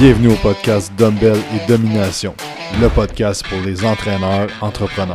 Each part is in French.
Bienvenue au podcast Dumbbell et Domination, le podcast pour les entraîneurs entrepreneurs.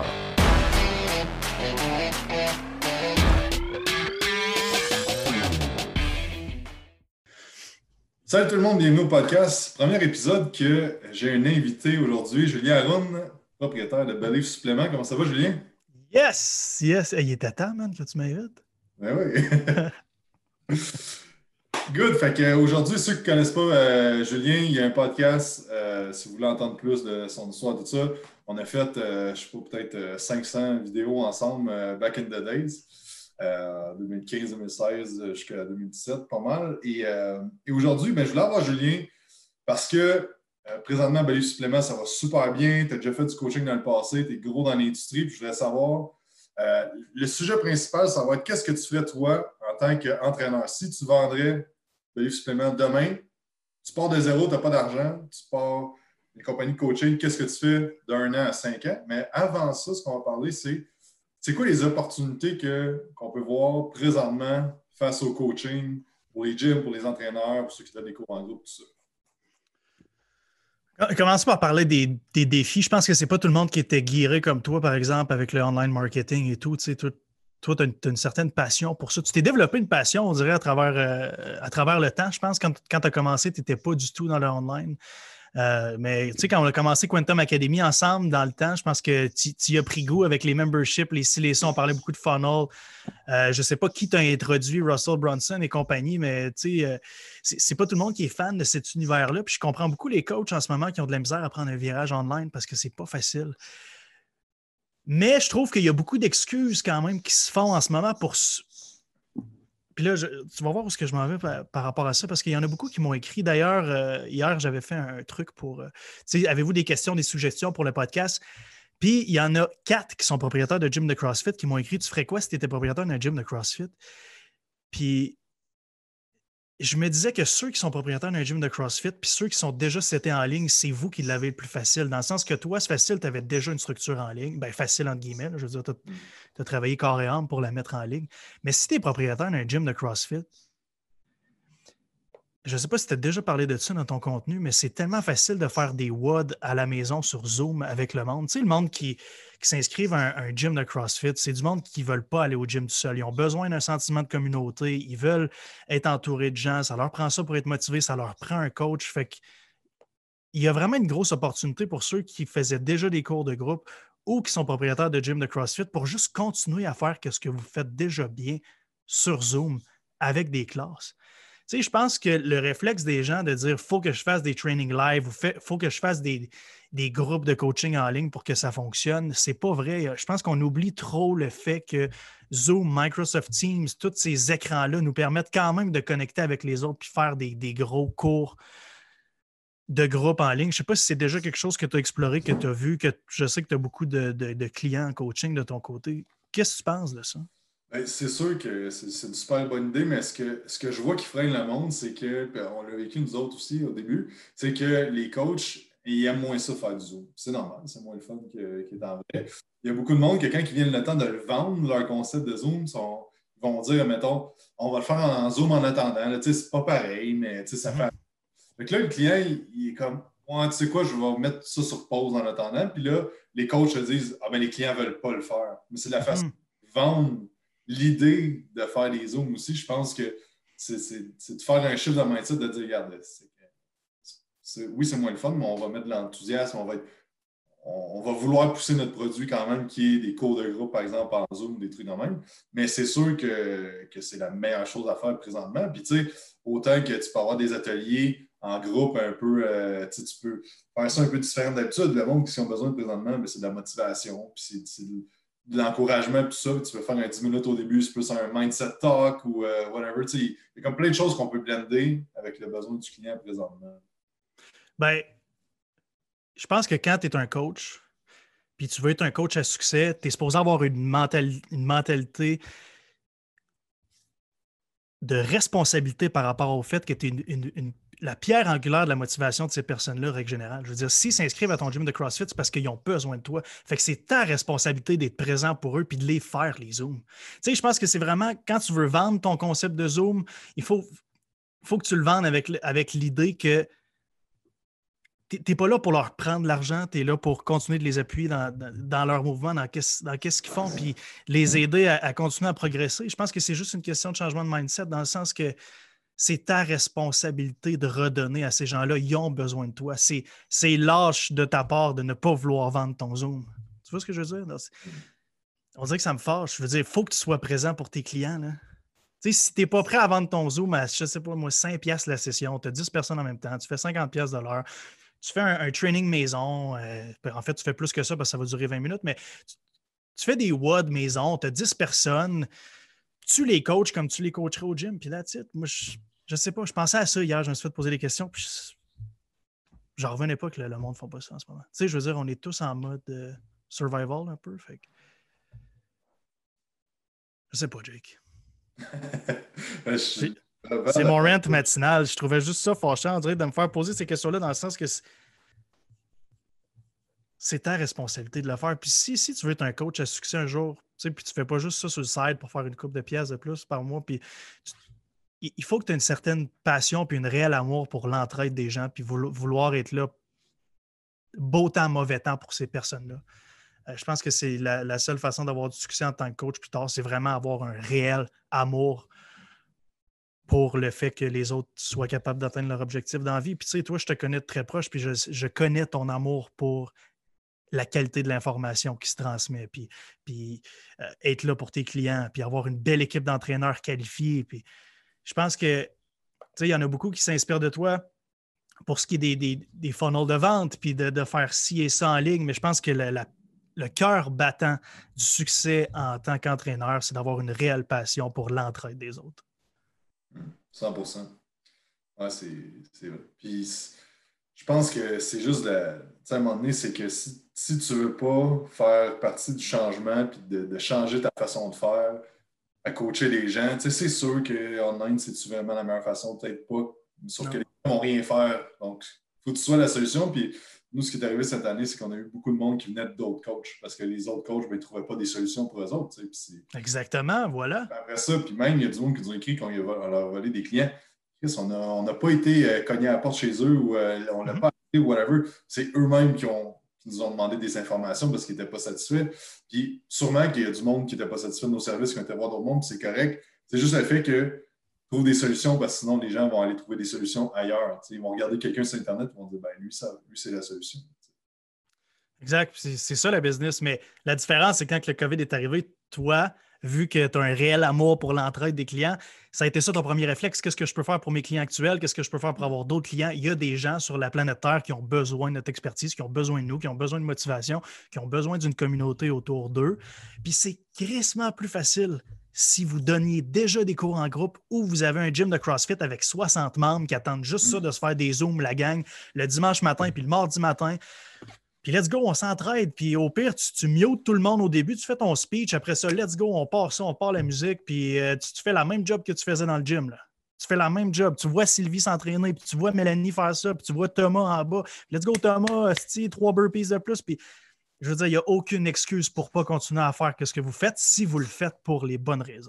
Salut tout le monde, bienvenue au podcast. Premier épisode que j'ai un invité aujourd'hui, Julien Aroun, propriétaire de Belief Supplément. Comment ça va, Julien? Yes! Il était temps, man, que tu m'invites. Ben oui. Good. Fait qu'aujourd'hui, ceux qui ne connaissent pas Julien, il y a un podcast. Si vous voulez entendre plus de son histoire, tout ça, on a fait, je ne sais pas, peut-être 500 vidéos ensemble back in the days. 2015-2016 jusqu'à 2017, pas mal. Et aujourd'hui, je voulais avoir Julien parce que présentement, Belief Supplément, ça va super bien. Tu as déjà fait du coaching dans le passé, tu es gros dans l'industrie. Puis je voulais savoir, le sujet principal, ça va être qu'est-ce que tu ferais toi en tant qu'entraîneur? Si tu vendrais Belief Supplément demain, tu pars de zéro, tu n'as pas d'argent, tu pars une compagnie de coaching, qu'est-ce que tu fais d'1 an à 5 ans? Mais avant ça, ce qu'on va parler, c'est quoi les opportunités qu'on peut voir présentement face au coaching, pour les gyms, pour les entraîneurs, pour ceux qui donnent des cours en groupe, tout ça? Commence par parler des défis. Je pense que c'est pas tout le monde qui était guiré comme toi, par exemple, avec le online marketing et tout. Tu sais, toi, tu as une certaine passion pour ça. Tu t'es développé une passion, on dirait, à travers le temps. Je pense que quand tu as commencé, tu n'étais pas du tout dans le online. Mais tu sais, quand on a commencé Quantum Academy ensemble dans le temps, je pense que tu y as pris goût avec les memberships, les ci, les ça. On parlait beaucoup de funnel. Je ne sais pas qui t'a introduit, Russell Brunson et compagnie, mais tu sais, c'est pas tout le monde qui est fan de cet univers-là. Puis je comprends beaucoup les coachs en ce moment qui ont de la misère à prendre un virage online parce que c'est pas facile. Mais je trouve qu'il y a beaucoup d'excuses quand même qui se font en ce moment pour... Puis là, tu vas voir où est-ce que je m'en vais par rapport à ça, parce qu'il y en a beaucoup qui m'ont écrit. D'ailleurs, hier, j'avais fait un truc pour... tu sais, avez-vous des questions, des suggestions pour le podcast? Puis, il y en a 4 qui sont propriétaires de gym de CrossFit qui m'ont écrit « Tu ferais quoi si tu étais propriétaire d'un gym de CrossFit? » Puis, je me disais que ceux qui sont propriétaires d'un gym de CrossFit, puis ceux qui sont déjà setés en ligne, c'est vous qui l'avez le plus facile. Dans le sens que toi, c'est facile, tu avais déjà une structure en ligne. Bien, facile entre guillemets. Là, je veux dire, tu as travaillé corps et âme pour la mettre en ligne. Mais si tu es propriétaire d'un gym de CrossFit, je ne sais pas si tu as déjà parlé de ça dans ton contenu, mais c'est tellement facile de faire des WOD à la maison sur Zoom avec le monde. Tu sais, le monde qui s'inscrivent à un gym de CrossFit, c'est du monde qui ne veulent pas aller au gym tout seul. Ils ont besoin d'un sentiment de communauté. Ils veulent être entourés de gens. Ça leur prend ça pour être motivés. Ça leur prend un coach. Fait qu'il y a vraiment une grosse opportunité pour ceux qui faisaient déjà des cours de groupe ou qui sont propriétaires de gym de CrossFit pour juste continuer à faire ce que vous faites déjà bien sur Zoom avec des classes. Tu sais, je pense que le réflexe des gens de dire « faut que je fasse des trainings live » ou « faut que je fasse des groupes de coaching en ligne pour que ça fonctionne », c'est pas vrai. Je pense qu'on oublie trop le fait que Zoom, Microsoft Teams, tous ces écrans-là nous permettent quand même de connecter avec les autres puis faire des gros cours de groupe en ligne. Je ne sais pas si c'est déjà quelque chose que tu as exploré, que tu as vu, que je sais que tu as beaucoup de clients en coaching de ton côté. Qu'est-ce que tu penses de ça? C'est sûr que c'est une super bonne idée, mais ce que je vois qui freine le monde, c'est que, on l'a vécu nous autres aussi au début, c'est que les coachs, ils aiment moins ça faire du Zoom. C'est normal, c'est moins le fun qui est en vrai. Il y a beaucoup de monde que quand ils viennent le temps de le vendre, leur concept de Zoom, ils vont dire, mettons, on va le faire en Zoom en attendant. Là, c'est pas pareil, mais ça fait. Fait que là, le client, il est comme, ouais, tu sais quoi, je vais mettre ça sur pause en attendant. Puis là, les coachs se disent, ah ben les clients ne veulent pas le faire. Mais c'est la façon de vendre l'idée de faire des Zooms aussi. Je pense que c'est de faire un chiffre de mindset de dire, regarde, oui, c'est moins le fun, mais on va mettre de l'enthousiasme, on va vouloir pousser notre produit quand même, qui est des cours de groupe, par exemple, en Zoom, des trucs de même. Mais c'est sûr que c'est la meilleure chose à faire présentement. Puis, tu sais, autant que tu peux avoir des ateliers en groupe un peu, tu peux faire ça un peu différent d'habitude. Le monde qui ont besoin présentement, c'est de la motivation, puis c'est de l'encouragement, puis tout ça. Tu peux faire un 10 minutes au début, c'est plus un mindset talk ou whatever. Tu sais, il y a comme plein de choses qu'on peut blender avec le besoin du client présentement. Ben, je pense que quand tu es un coach, puis tu veux être un coach à succès, tu es supposé avoir une mentalité de responsabilité par rapport au fait que tu es la pierre angulaire de la motivation de ces personnes-là, règle générale. Je veux dire, s'ils s'inscrivent à ton gym de CrossFit, c'est parce qu'ils ont besoin de toi. Fait que c'est ta responsabilité d'être présent pour eux puis de les faire, les Zooms. Tu sais, je pense que c'est vraiment, quand tu veux vendre ton concept de Zoom, il faut que tu le vendes avec l'idée que t'es pas là pour leur prendre l'argent, tu es là pour continuer de les appuyer dans leur mouvement, dans qu'est-ce qu'ils font, puis les aider à continuer à progresser. Je pense que c'est juste une question de changement de mindset, dans le sens que c'est ta responsabilité de redonner à ces gens-là. Ils ont besoin de toi. C'est lâche de ta part de ne pas vouloir vendre ton Zoom. Tu vois ce que je veux dire? On dirait que ça me fâche. Je veux dire, il faut que tu sois présent pour tes clients, là. Tu sais, si tu n'es pas prêt à vendre ton Zoom à, je sais pas moi, 5$ la session, tu as 10 personnes en même temps, tu fais 50$ de l'heure, tu fais un training maison, en fait, tu fais plus que ça parce que ça va durer 20 minutes, mais tu fais des WOD maison, tu as 10 personnes, tu les coaches comme tu les coacherais au gym, puis là, moi, je sais pas, je pensais à ça hier, je me suis fait poser des questions, puis j'en revenais pas que le monde ne fait pas ça en ce moment. Tu sais, je veux dire, on est tous en mode survival un peu, fait que... Je sais pas, Jake. C'est mon rant matinal. Je trouvais juste ça fâchant, on dirait, de me faire poser ces questions-là dans le sens que c'est ta responsabilité de le faire. Puis si tu veux être un coach à succès un jour, puis tu fais pas juste ça sur le side pour faire une couple de pièces de plus par mois, puis il faut que tu aies une certaine passion puis une réel amour pour l'entraide des gens, puis vouloir être là beau temps, mauvais temps pour ces personnes-là. Je pense que c'est la seule façon d'avoir du succès en tant que coach plus tard, c'est vraiment avoir un réel amour pour le fait que les autres soient capables d'atteindre leur objectif dans la vie. Puis tu sais, toi, je te connais de très proche, puis je connais ton amour pour la qualité de l'information qui se transmet, puis être là pour tes clients, puis avoir une belle équipe d'entraîneurs qualifiés. Puis je pense que, tu sais, il y en a beaucoup qui s'inspirent de toi pour ce qui est des funnels de vente, puis de faire ci et ça en ligne, mais je pense que le cœur battant du succès en tant qu'entraîneur, c'est d'avoir une réelle passion pour l'entraide des autres. 100%. Ouais, c'est vrai. Puis je pense que c'est juste tu sais, à un moment donné, c'est que si tu ne veux pas faire partie du changement puis de changer ta façon de faire, à coacher les gens, tu sais, c'est sûr qu'online, c'est-tu vraiment la meilleure façon? Peut-être pas. Sauf que les gens ne vont rien faire. Donc, il faut que tu sois la solution. Puis nous, ce qui est arrivé cette année, c'est qu'on a eu beaucoup de monde qui venait d'autres coachs parce que les autres coachs, ils ne trouvaient pas des solutions pour eux autres. Tu sais, exactement, voilà. Après ça, puis même, il y a du monde qui nous a écrit qu'on leur a volé des clients. On n'a pas été cogné à la porte chez eux ou on n'a pas appelé ou whatever. C'est eux-mêmes qui nous ont demandé des informations parce qu'ils n'étaient pas satisfaits. Puis sûrement qu'il y a du monde qui n'était pas satisfait de nos services, qui ont été voir d'autres mondes, puis c'est correct. C'est juste le fait que trouve des solutions parce que sinon, les gens vont aller trouver des solutions ailleurs. T'sais, ils vont regarder quelqu'un sur Internet et vont dire, ben lui, c'est la solution. Exact. C'est ça la business. Mais la différence, c'est quand le COVID est arrivé, toi, vu que tu as un réel amour pour l'entraide des clients, ça a été ça ton premier réflexe. Qu'est-ce que je peux faire pour mes clients actuels? Qu'est-ce que je peux faire pour avoir d'autres clients? Il y a des gens sur la planète Terre qui ont besoin de notre expertise, qui ont besoin de nous, qui ont besoin de motivation, qui ont besoin d'une communauté autour d'eux. Puis c'est crissement plus facile si vous donniez déjà des cours en groupe ou vous avez un gym de CrossFit avec 60 membres qui attendent juste ça de se faire des Zooms, la gang, le dimanche matin puis le mardi matin. Puis let's go, on s'entraide. Puis au pire, tu mutes tout le monde au début, tu fais ton speech. Après ça, let's go, on part ça, on part la musique. Puis tu fais la même job que tu faisais dans le gym, là. Tu fais la même job. Tu vois Sylvie s'entraîner, puis tu vois Mélanie faire ça, puis tu vois Thomas en bas. Let's go, Thomas, 3 burpees de plus. Puis je veux dire, il n'y a aucune excuse pour ne pas continuer à faire ce que vous faites si vous le faites pour les bonnes raisons.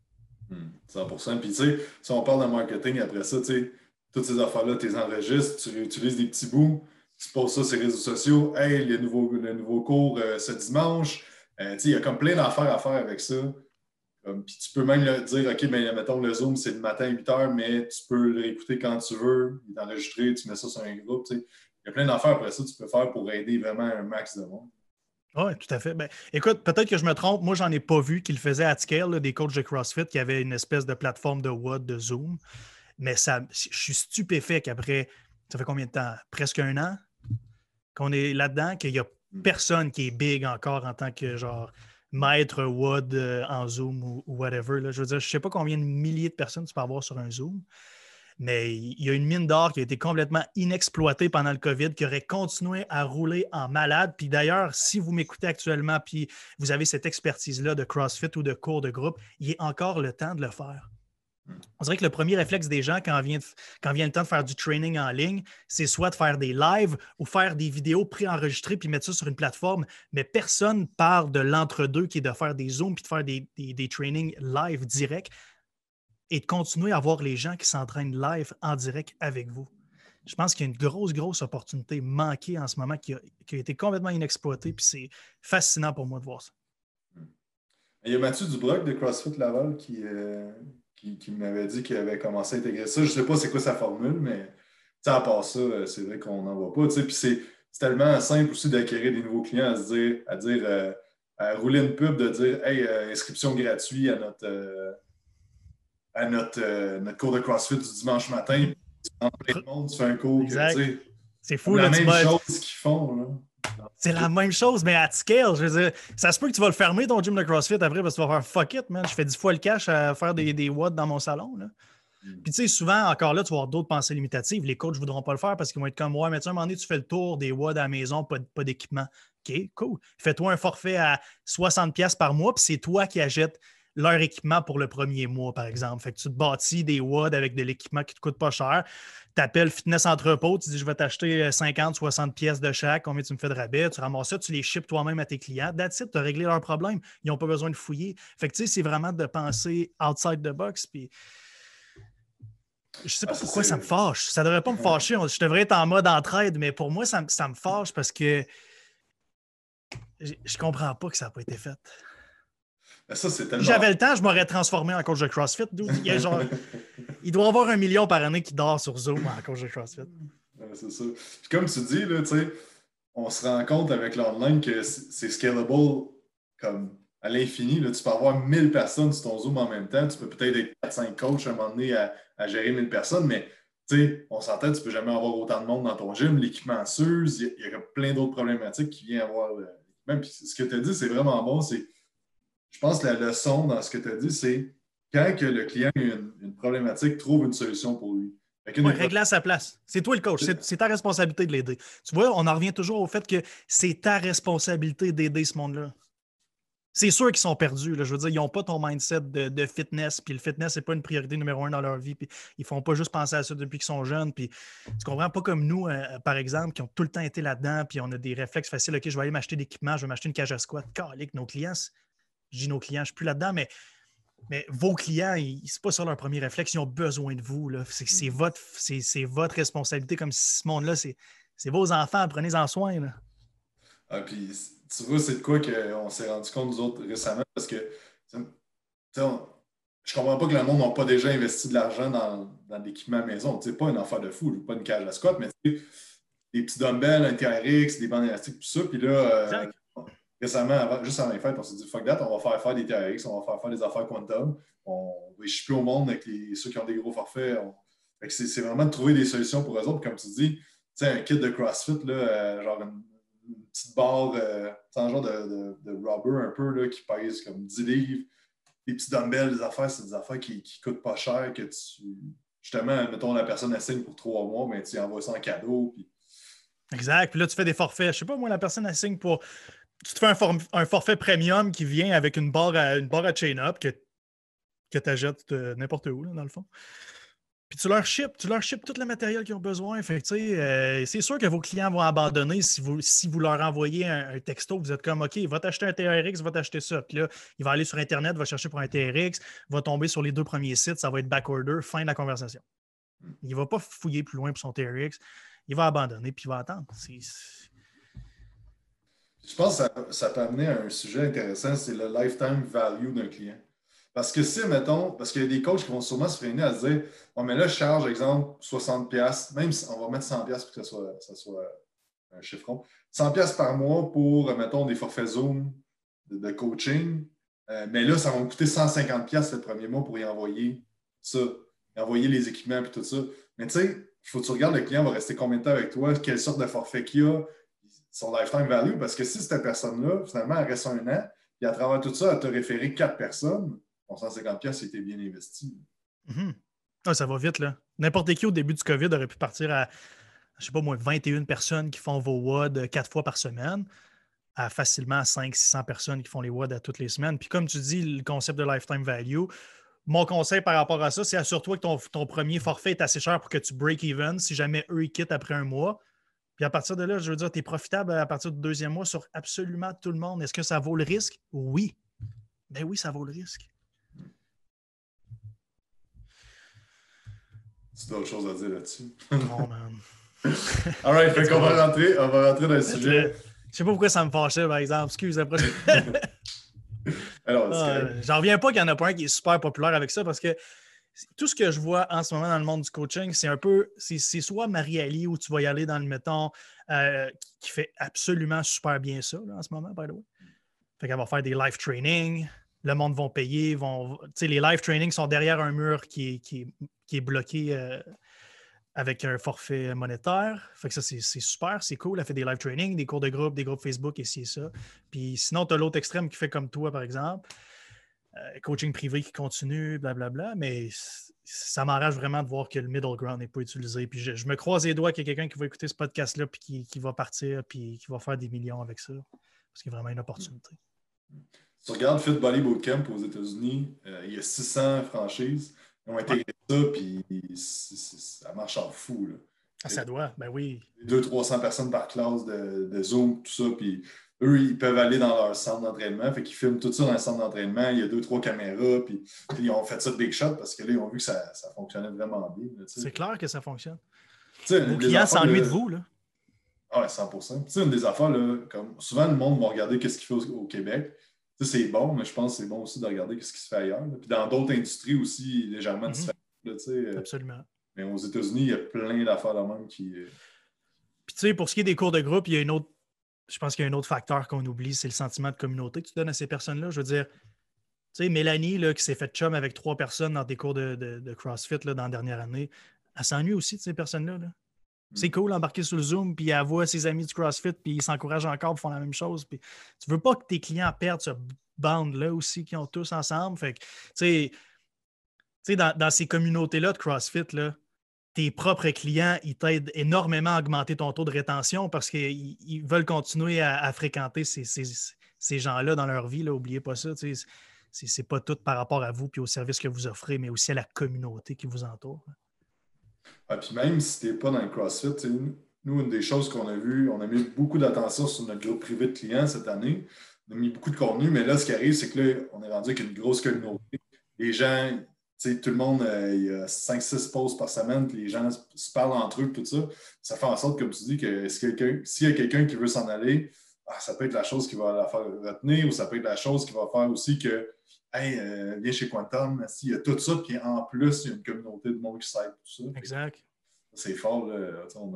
100%. Puis tu sais, si on parle de marketing après ça, tu sais, toutes ces affaires-là, tu les enregistres, tu utilises des petits bouts. Tu poses ça sur les réseaux sociaux. Hey, le nouveau cours ce dimanche. Il y a comme plein d'affaires à faire avec ça. Puis tu peux même dire, OK, ben, mettons, le Zoom, c'est le matin à 8 h, mais tu peux le réécouter quand tu veux. Il est enregistré, tu mets ça sur un groupe. Il y a plein d'affaires après ça que tu peux faire pour aider vraiment un max de monde. Oui, tout à fait. Ben, écoute, peut-être que je me trompe. Moi, j'en ai pas vu qu'ils le faisaient à scale, là, des coachs de CrossFit qui avaient une espèce de plateforme de WOD, de Zoom. Mais je suis stupéfait qu'après, ça fait combien de temps? Presque 1 an qu'on est là-dedans, qu'il n'y a personne qui est big encore en tant que genre maître WOD en Zoom ou whatever. Là. Je veux dire, je ne sais pas combien de milliers de personnes tu peux avoir sur un Zoom, mais il y a une mine d'or qui a été complètement inexploitée pendant le COVID, qui aurait continué à rouler en malade. Puis d'ailleurs, si vous m'écoutez actuellement puis vous avez cette expertise-là de CrossFit ou de cours de groupe, il est encore le temps de le faire. On dirait que le premier réflexe des gens quand vient le temps de faire du training en ligne, c'est soit de faire des lives ou faire des vidéos préenregistrées puis mettre ça sur une plateforme, mais personne parle de l'entre-deux qui est de faire des Zooms puis de faire des trainings live direct et de continuer à voir les gens qui s'entraînent live en direct avec vous. Je pense qu'il y a une grosse opportunité manquée en ce moment qui a été complètement inexploitée. Puis c'est fascinant pour moi de voir ça. Il y a Mathieu Dubroc de CrossFit Laval qui m'avait dit qu'il avait commencé à intégrer ça. Je ne sais pas c'est quoi sa formule, mais à part ça, c'est vrai qu'on n'en voit pas. Puis c'est tellement simple aussi d'acquérir des nouveaux clients à rouler une pub, de dire hey, inscription gratuite à notre cours de CrossFit du dimanche matin. Tu rentres plein de monde, tu fais un cours. Exact. C'est fou. C'est la même chose qu'ils font. Là. C'est la même chose, mais à scale. Je veux dire, ça se peut que tu vas le fermer, ton gym de CrossFit, après, parce que tu vas faire fuck it, man. Je fais 10 fois le cash à faire des watts dans mon salon. Là. Puis, tu sais, souvent, encore là, tu vas avoir d'autres pensées limitatives. Les coachs ne voudront pas le faire parce qu'ils vont être comme, ouais, mais tu sais, à un moment donné, tu fais le tour des watts à la maison, pas d'équipement. OK, cool. Fais-toi un forfait à 60$ par mois, puis c'est toi qui achètes leur équipement pour le premier mois, par exemple. Fait que tu te bâtis des WOD avec de l'équipement qui ne te coûte pas cher. Tu appelles Fitness Entrepôt, tu dis je vais t'acheter 50, 60 pièces de chaque, combien tu me fais de rabais, tu ramasses ça, tu les ships toi-même à tes clients. That's it, tu as réglé leur problème. Ils n'ont pas besoin de fouiller. Fait que tu sais, c'est vraiment de penser outside the box. Puis je sais pas pourquoi ça me fâche. Ça devrait pas me fâcher. Je devrais être en mode entraide, mais pour moi, ça me fâche parce que je comprends pas que ça n'a pas été fait. Ça, c'est tellement... Si j'avais le temps, je m'aurais transformé en coach de CrossFit. Il doit y avoir 1 million par année qui dort sur Zoom en coach de CrossFit. C'est ça. Puis comme tu dis, là, on se rend compte avec l'online que c'est scalable comme à l'infini. Tu peux avoir 1000 personnes sur ton Zoom en même temps. Tu peux peut-être être 4-5 coachs à un moment donné à gérer 1000 personnes, mais on s'entend, tu ne peux jamais avoir autant de monde dans ton gym. L'équipement s'use, il y a plein d'autres problématiques qui viennent avoir l'équipement. Puis ce que tu as dit, c'est vraiment bon. Je pense que la leçon dans ce que tu as dit, c'est quand que le client a une problématique, trouve une solution pour lui. Régler à sa place. C'est toi le coach. C'est ta responsabilité de l'aider. Tu vois, on en revient toujours au fait que c'est ta responsabilité d'aider ce monde-là. C'est sûr qu'ils sont perdus. Là. Je veux dire, ils n'ont pas ton mindset de fitness. Puis le fitness, n'est pas une priorité numéro 1 dans leur vie. Puis ils ne font pas juste penser à ça depuis qu'ils sont jeunes. Puis tu comprends pas comme nous, par exemple, qui ont tout le temps été là-dedans. Puis on a des réflexes faciles. OK, je vais aller m'acheter des équipements, je vais m'acheter une cage à squat. Calique, nos clients, je dis nos clients, je ne suis plus là-dedans, mais vos clients, c'est pas ça leur premier réflexe, ils ont besoin de vous. Là. C'est votre responsabilité, comme si ce monde-là, c'est vos enfants, prenez-en soin. Là. Ah, puis, tu vois, c'est de quoi qu'on s'est rendu compte, nous autres, récemment, parce que je comprends pas que le monde n'a pas déjà investi de l'argent dans l'équipement à maison. C'est pas une affaire de fou, pas une cage à squat, mais des petits dumbbells, un TRX, des bandes élastiques, tout ça. Puis là, récemment, juste avant les fêtes, on s'est dit fuck that, on va faire des TRX, on va faire des affaires quantum, on va échipper au monde avec ceux qui ont des gros forfaits. C'est vraiment de trouver des solutions pour eux autres. Comme tu dis, un kit de CrossFit, là, genre une petite barre, un genre de rubber un peu là, qui pèse comme 10 livres, des petits dumbbells, des affaires, c'est des affaires qui coûtent pas cher, que justement, mettons, la personne assigne pour 3 mois, mais tu envoies ça en cadeau. Puis... Exact. Puis là, tu fais des forfaits. Je sais pas, moi, la personne assigne pour... Tu te fais un forfait premium qui vient avec une barre à chain-up que tu achètes n'importe où, là, dans le fond. Puis tu leur ships tout le matériel qu'ils ont besoin. Fait que, c'est sûr que vos clients vont abandonner si vous leur envoyez un texto. Vous êtes comme, OK, va t'acheter un TRX, va t'acheter ça. Puis là, il va aller sur Internet, va chercher pour un TRX, va tomber sur les 2 premiers sites, ça va être backorder, fin de la conversation. Il ne va pas fouiller plus loin pour son TRX. Il va abandonner, puis il va attendre. Je pense que ça peut amener à un sujet intéressant, c'est le lifetime value d'un client. Parce que si, mettons, parce qu'il y a des coachs qui vont sûrement se freiner à se dire, bon, mais là, je charge, exemple, 60$, même si on va mettre 100$ pour que ça soit un chiffron, 100$ par mois pour, mettons, des forfaits Zoom de coaching. Mais là, ça va me coûter 150$ le premier mois pour y envoyer ça, y envoyer les équipements et tout ça. Mais tu sais, il faut que tu regardes le client va rester combien de temps avec toi, quelle sorte de forfait qu'il a, son lifetime value, parce que si cette personne-là, finalement, elle reste 1 an, puis à travers tout ça, elle t'a référé 4 personnes, ton 150$, c'était bien investi. Mm-hmm. Ah, ça va vite, là. N'importe qui, au début du COVID, aurait pu partir à, je sais pas moi, 21 personnes qui font vos WOD 4 fois par semaine, à facilement 500-600 personnes qui font les WOD à toutes les semaines. Puis comme tu dis, le concept de lifetime value, mon conseil par rapport à ça, c'est assure-toi que ton premier forfait est assez cher pour que tu break-even si jamais eux, ils quittent après 1 mois. Puis à partir de là, je veux dire, tu es profitable à partir du 2e mois sur absolument tout le monde. Est-ce que ça vaut le risque? Oui. Ben oui, ça vaut le risque. C'est d'autres choses à dire là-dessus. Non, man. All right, fait qu'on va rentrer dans le sujet. Je sais pas pourquoi ça me fâchait, par exemple. Excuse, après. Alors, J'en reviens pas qu'il y en a pas un qui est super populaire avec ça parce que tout ce que je vois en ce moment dans le monde du coaching, c'est soit Marie-Ali où tu vas y aller dans le mettons qui fait absolument super bien ça là, en ce moment, by the way. Fait qu'elle va faire des live training, le monde va payer, les live training sont derrière un mur qui est bloqué avec un forfait monétaire. Fait que ça, c'est super, c'est cool. Elle fait des live training, des cours de groupe, des groupes Facebook et c'est ça. Puis sinon, tu as l'autre extrême qui fait comme toi, par exemple. Coaching privé qui continue, blablabla. Mais ça m'enrage vraiment de voir que le middle ground n'est pas utilisé. Puis je me croise les doigts qu'il y a quelqu'un qui va écouter ce podcast-là puis qui va partir puis qui va faire des millions avec ça. Parce qu'il y a vraiment une opportunité. Si tu regardes Fit Body Bootcamp aux États-Unis, il y a 600 franchises. Ils ont intégré ça, puis ça marche en fou. Là. Ça doit, ben oui. 200-300 personnes par classe de Zoom, tout ça, puis eux, ils peuvent aller dans leur centre d'entraînement, fait qu'ils filment tout ça dans le centre d'entraînement, il y a 2-3 caméras, puis ils ont fait ça de big shot parce que là, ils ont vu que ça fonctionnait vraiment bien. C'est clair que ça fonctionne. Vos clients s'ennuient de vous, là. Ah ouais, 100%. Tu sais, une des affaires, là, comme souvent, le monde va regarder qu'est-ce qu'il fait au Québec. Tu sais, c'est bon, mais je pense que c'est bon aussi de regarder ce qui se fait ailleurs. Là. Puis dans d'autres industries aussi, légèrement différentes. Là, tu sais, absolument. Mais aux États-Unis, il y a plein d'affaires de même qui... Puis tu sais, pour ce qui est des cours de groupe, il y a je pense qu'il y a un autre facteur qu'on oublie, c'est le sentiment de communauté que tu donnes à ces personnes-là. Je veux dire, tu sais, Mélanie, là, qui s'est fait chum avec 3 personnes dans des cours de CrossFit là, dans la dernière année, elle s'ennuie aussi de ces personnes-là. Là. C'est cool d'embarquer sur le Zoom, puis elle voit ses amis du CrossFit, puis ils s'encouragent encore pour faire la même chose. Puis tu veux pas que tes clients perdent ce bande-là aussi qu'ils ont tous ensemble. Fait que, tu sais, dans ces communautés-là de CrossFit, là, tes propres clients, ils t'aident énormément à augmenter ton taux de rétention parce qu'ils veulent continuer à fréquenter ces gens-là dans leur vie. N'oubliez pas ça. C'est pas tout par rapport à vous et aux services que vous offrez, mais aussi à la communauté qui vous entoure. Ah, puis même si tu n'es pas dans le CrossFit, nous, une des choses qu'on a vues, on a mis beaucoup d'attention sur notre groupe privé de clients cette année. On a mis beaucoup de contenu, mais là, ce qui arrive, c'est que là, on est rendu avec une grosse communauté. Les gens, tout le monde, il y a 5-6 posts par semaine, puis les gens se parlent entre eux, tout ça. Ça fait en sorte, comme tu dis, que s'il y a quelqu'un qui veut s'en aller, ça peut être la chose qui va la faire retenir ou ça peut être la chose qui va faire aussi que hey, viens chez Quantum, il y a tout ça, puis en plus, il y a une communauté de monde qui s'aide, tout ça. Exact. C'est fort, là.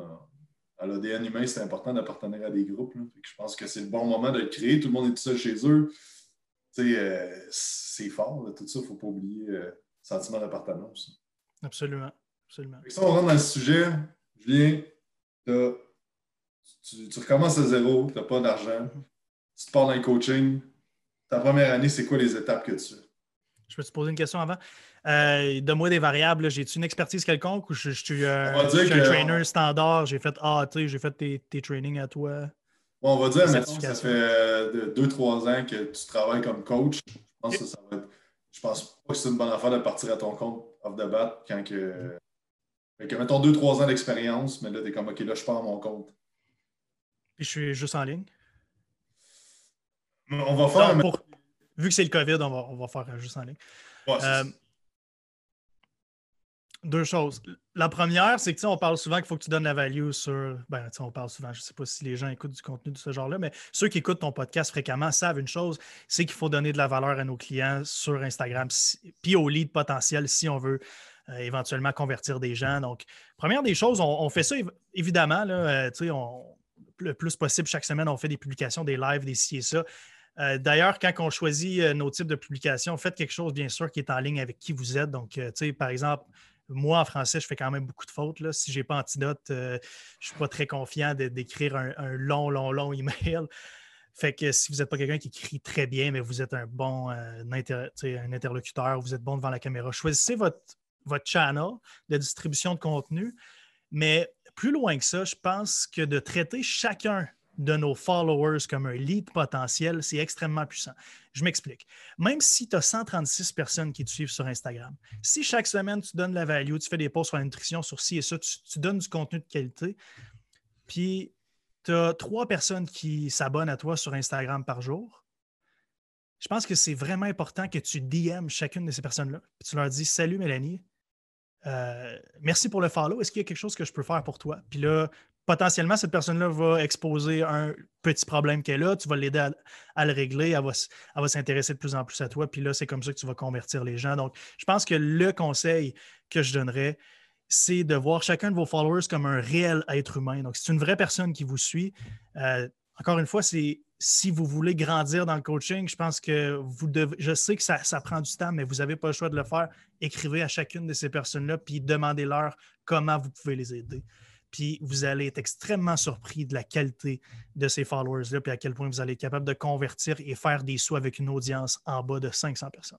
À l'ADN humain, c'est important d'appartenir à des groupes. Là. Je pense que c'est le bon moment de le créer. Tout le monde est tout seul chez eux. C'est fort, là. Tout ça, il ne faut pas oublier le sentiment d'appartenance. Absolument. Absolument. Si on rentre dans le sujet, Julien, tu recommences à zéro, tu n'as pas d'argent, tu te pars dans le coaching. Ta première année, c'est quoi les étapes que tu fais? Je peux te poser une question avant? Donne-moi des variables. J'ai-tu une expertise quelconque ou je suis un trainer standard? J'ai fait j'ai fait tes trainings à toi. Bon, on va dire, mettons, ça fait 2-3 ans que tu travailles comme coach. Je pense pas que c'est une bonne affaire de partir à ton compte off the bat quand que. Fait que mettons 2-3 ans d'expérience, mais là, t'es comme OK, là, je pars à mon compte. Puis je suis juste en ligne. On va faire. Vu que c'est le COVID, on va faire juste en ligne. Ouais, 2 choses. La première, c'est que on parle souvent qu'il faut que tu donnes la value sur. On parle souvent, je ne sais pas si les gens écoutent du contenu de ce genre-là, mais ceux qui écoutent ton podcast fréquemment savent une chose, c'est qu'il faut donner de la valeur à nos clients sur Instagram, puis aux leads potentiels si on veut éventuellement convertir des gens. Donc, première des choses, on fait ça évidemment, là, le plus possible chaque semaine, on fait des publications, des lives, des ci et ça. D'ailleurs, quand on choisit nos types de publications, faites quelque chose, bien sûr, qui est en ligne avec qui vous êtes. Donc, par exemple, moi, en français, je fais quand même beaucoup de fautes. Là. Si je n'ai pas antidote, je ne suis pas très confiant d'écrire un long email. Fait que si vous n'êtes pas quelqu'un qui écrit très bien, mais vous êtes un bon un interlocuteur, vous êtes bon devant la caméra, choisissez votre channel de distribution de contenu. Mais plus loin que ça, je pense que de traiter chacun de nos followers comme un lead potentiel, c'est extrêmement puissant. Je m'explique. Même si tu as 136 personnes qui te suivent sur Instagram, si chaque semaine tu donnes de la value, tu fais des posts sur la nutrition, sur ci et ça, tu donnes du contenu de qualité, puis tu as 3 personnes qui s'abonnent à toi sur Instagram par jour, je pense que c'est vraiment important que tu DM chacune de ces personnes-là. Puis tu leur dis « Salut Mélanie, merci pour le follow. Est-ce qu'il y a quelque chose que je peux faire pour toi? » Puis là, potentiellement, cette personne-là va exposer un petit problème qu'elle a, tu vas l'aider à le régler, elle va s'intéresser de plus en plus à toi, puis là, c'est comme ça que tu vas convertir les gens. Donc, je pense que le conseil que je donnerais, c'est de voir chacun de vos followers comme un réel être humain. Donc, c'est une vraie personne qui vous suit. Encore une fois, si vous voulez grandir dans le coaching, je pense que je sais que ça prend du temps, mais vous n'avez pas le choix de le faire. Écrivez à chacune de ces personnes-là, puis demandez-leur comment vous pouvez les aider. Puis vous allez être extrêmement surpris de la qualité de ces followers-là, puis à quel point vous allez être capable de convertir et faire des sous avec une audience en bas de 500 personnes.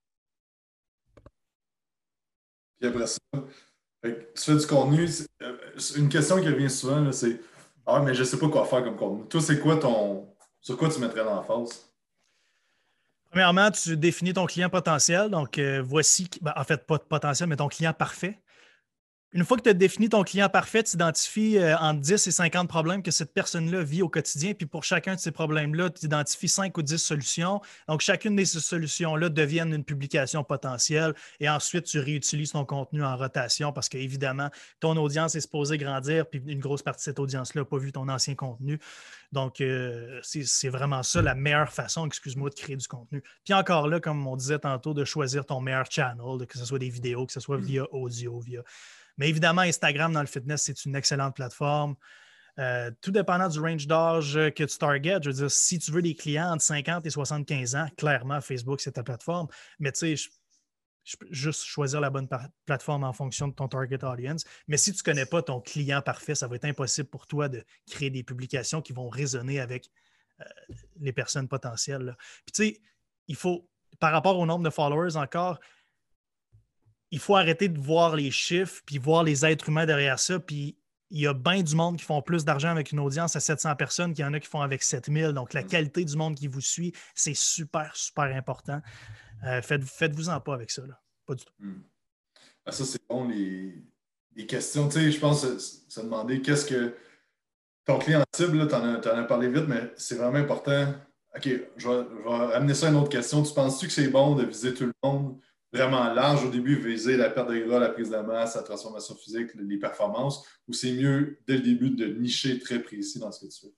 Puis après ça, tu fais du contenu. Une question qui revient souvent, là, c'est « Ah, mais je ne sais pas quoi faire comme contenu. » Toi, c'est quoi sur quoi tu mettrais l'emphase? Premièrement, tu définis ton client potentiel. Donc, voici, en fait, pas de potentiel, mais ton client parfait. Une fois que tu as défini ton client parfait, tu identifies entre 10 et 50 problèmes que cette personne-là vit au quotidien. Puis pour chacun de ces problèmes-là, tu identifies 5 ou 10 solutions. Donc, chacune de ces solutions-là deviennent une publication potentielle. Et ensuite, tu réutilises ton contenu en rotation parce qu'évidemment, ton audience est supposée grandir. Puis une grosse partie de cette audience-là n'a pas vu ton ancien contenu. Donc, c'est vraiment ça la meilleure façon, excuse-moi, de créer du contenu. Puis encore là, comme on disait tantôt, de choisir ton meilleur channel, que ce soit des vidéos, que ce soit via audio, Mais évidemment, Instagram dans le fitness, c'est une excellente plateforme. Tout dépendant du range d'âge que tu targets, je veux dire, si tu veux des clients entre 50 et 75 ans, clairement, Facebook, c'est ta plateforme. Mais tu sais, je peux juste choisir la bonne plateforme en fonction de ton target audience. Mais si tu ne connais pas ton client parfait, ça va être impossible pour toi de créer des publications qui vont résonner avec les personnes potentielles, là. Puis tu sais, il faut, par rapport au nombre de followers encore, il faut arrêter de voir les chiffres puis voir les êtres humains derrière ça. Puis il y a bien du monde qui font plus d'argent avec une audience à 700 personnes qu'il y en a qui font avec 7000. Donc, la qualité du monde qui vous suit, c'est super, super important. Faites-vous-en pas avec ça, là. Pas du tout. Ah, ça, c'est bon, les questions. Tu sais, je pense se demander qu'est-ce que ton client cible, tu en as parlé vite, mais c'est vraiment important. OK, je vais amener ça à une autre question. Tu penses-tu que c'est bon de viser tout le monde vraiment large au début, viser la perte de gras, la prise de masse, la transformation physique, les performances, ou c'est mieux dès le début de nicher très précis dans ce que tu fais?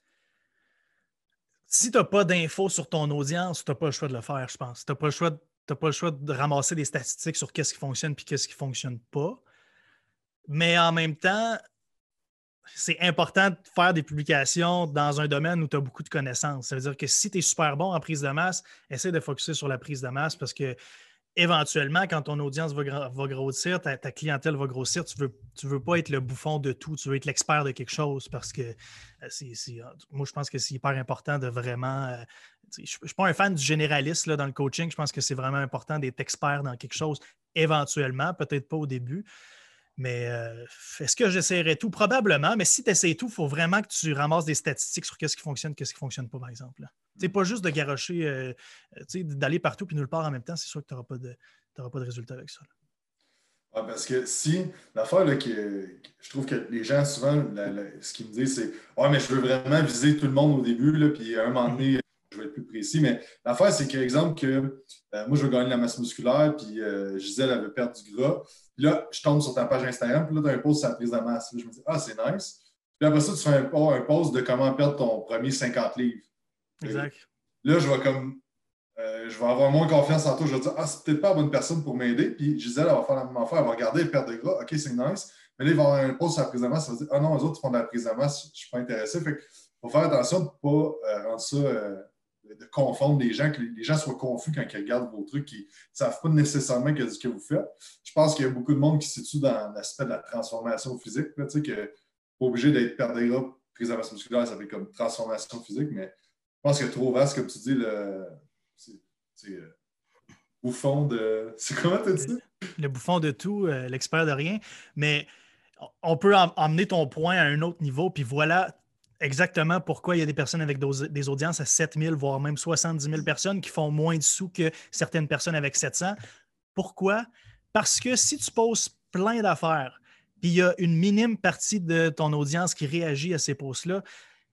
Si tu n'as pas d'infos sur ton audience, tu n'as pas le choix de le faire, je pense. Tu n'as pas le choix de ramasser des statistiques sur qu'est-ce qui fonctionne et qu'est-ce qui ne fonctionne pas. Mais en même temps, c'est important de faire des publications dans un domaine où tu as beaucoup de connaissances. Ça veut dire que si tu es super bon en prise de masse, essaie de focusser sur la prise de masse parce que éventuellement, quand ton audience va grossir, ta clientèle va grossir, tu veux pas être le bouffon de tout, tu veux être l'expert de quelque chose parce que moi, je pense que c'est hyper important de vraiment. Je ne suis pas un fan du généraliste là, dans le coaching. Je pense que c'est vraiment important d'être expert dans quelque chose éventuellement, peut-être pas au début. Mais est-ce que j'essaierais tout? Probablement, mais si tu essaies tout, il faut vraiment que tu ramasses des statistiques sur qu'est-ce qui fonctionne, qu'est-ce qui ne fonctionne pas, par exemple. C'est pas juste de garrocher, d'aller partout puis nulle part en même temps, c'est sûr que tu n'auras pas de résultat avec ça. Ouais, parce que si, l'affaire là, je trouve que les gens, souvent, ce qu'ils me disent, c'est « Ouais, mais je veux vraiment viser tout le monde au début, là, puis à un moment donné, je vais être plus précis. » Mais l'affaire, c'est que, exemple, que moi, je veux gagner la masse musculaire, puis Gisèle, elle veut perdre du gras. Puis là, je tombe sur ta page Instagram, puis là, tu as un post sur la prise de masse. Là, je me dis « Ah, c'est nice. » Puis après ça, tu fais un post de comment perdre ton premier 50 livres. Exact. Là, je vais avoir moins confiance en toi. Je vais dire, ah, c'est peut-être pas la bonne personne pour m'aider. Puis Gisèle, elle va faire la même affaire. Elle va regarder le perte de gras. OK, c'est nice. Mais là, il va y avoir un post sur la prise de masse. Ça va dire, ah non, les autres font de la prise de masse. Je ne suis pas intéressé. Fait qu'il faut faire attention de ne pas rendre ça, de confondre les gens, que les gens soient confus quand ils regardent vos trucs, qu'ils ne savent pas nécessairement ce que vous faites. Je pense qu'il y a beaucoup de monde qui se situe dans l'aspect de la transformation physique. Là, tu sais, que pas obligé d'être perte de gras, prise de masse musculaire, ça fait comme transformation physique. Mais je pense que trop vaste, comme tu dis, c'est bouffon de. C'est comment tu dis ça? Le bouffon de tout, l'expert de rien. Mais on peut emmener ton point à un autre niveau, puis voilà exactement pourquoi il y a des personnes avec des audiences à 7000, voire même 70 000 personnes qui font moins de sous que certaines personnes avec 700. Pourquoi? Parce que si tu poses plein d'affaires, puis il y a une minime partie de ton audience qui réagit à ces posts-là,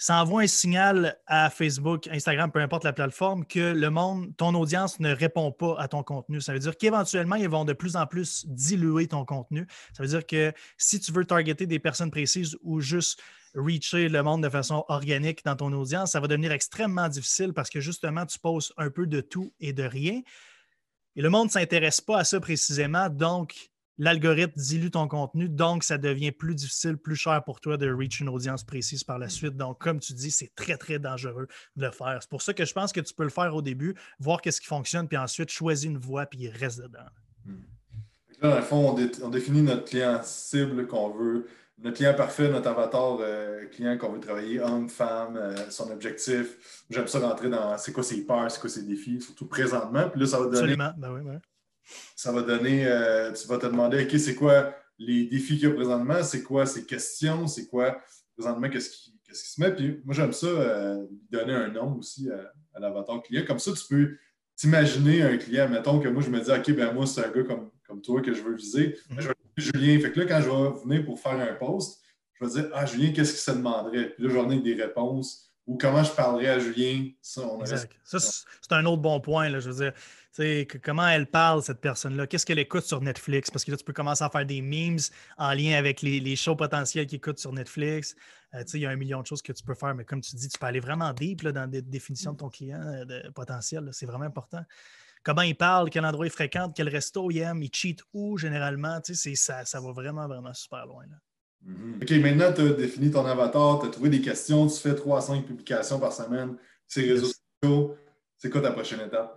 ça envoie un signal à Facebook, Instagram, peu importe la plateforme, que le monde, ton audience ne répond pas à ton contenu. Ça veut dire qu'éventuellement, ils vont de plus en plus diluer ton contenu. Ça veut dire que si tu veux targeter des personnes précises ou juste reacher le monde de façon organique dans ton audience, ça va devenir extrêmement difficile parce que justement, tu poses un peu de tout et de rien. Et le monde ne s'intéresse pas à ça précisément, donc l'algorithme dilue ton contenu, donc ça devient plus difficile, plus cher pour toi de reach une audience précise par la suite. Donc, comme tu dis, c'est très, très dangereux de le faire. C'est pour ça que je pense que tu peux le faire au début, voir qu'est-ce qui fonctionne, puis ensuite choisis une voie, puis reste dedans. Là, dans le fond, on définit notre client cible qu'on veut, notre client parfait, notre avatar client qu'on veut travailler, homme, femme, son objectif. J'aime ça rentrer dans c'est quoi ses peurs, c'est quoi ses défis, surtout présentement. Puis là, ça va donner. Absolument, ben oui, ben oui. Ça va donner, tu vas te demander, OK, c'est quoi les défis qu'il y a présentement, c'est quoi ses questions, c'est quoi présentement, qu'est-ce qui se met. Puis moi, j'aime ça, donner un nom aussi à l'avatar client. Comme ça, tu peux t'imaginer un client. Mettons que moi, je me dis, OK, ben moi, c'est un gars comme toi que je veux viser. Je vais Julien. Fait que là, quand je vais venir pour faire un post, je vais dire, Julien, qu'est-ce qu'il se demanderait? Puis là, je vais donner des réponses. Ou comment je parlerais à Julien. Ça, exact. Ça, c'est un autre bon point. Là, je veux dire, comment elle parle, cette personne-là? Qu'est-ce qu'elle écoute sur Netflix? Parce que là, tu peux commencer à faire des memes en lien avec les shows potentiels qu'ils écoutent sur Netflix. Il y a 1 million de choses que tu peux faire, mais comme tu dis, tu peux aller vraiment deep là, dans la définition de ton client potentiel. Là. C'est vraiment important. Comment il parle, quel endroit il fréquente, quel resto il aime, il cheat où généralement. Ça va vraiment, vraiment super loin. Là. OK, maintenant, tu as défini ton avatar, tu as trouvé des questions, tu fais 3 à 5 publications par semaine sur les réseaux sociaux. C'est quoi ta prochaine étape?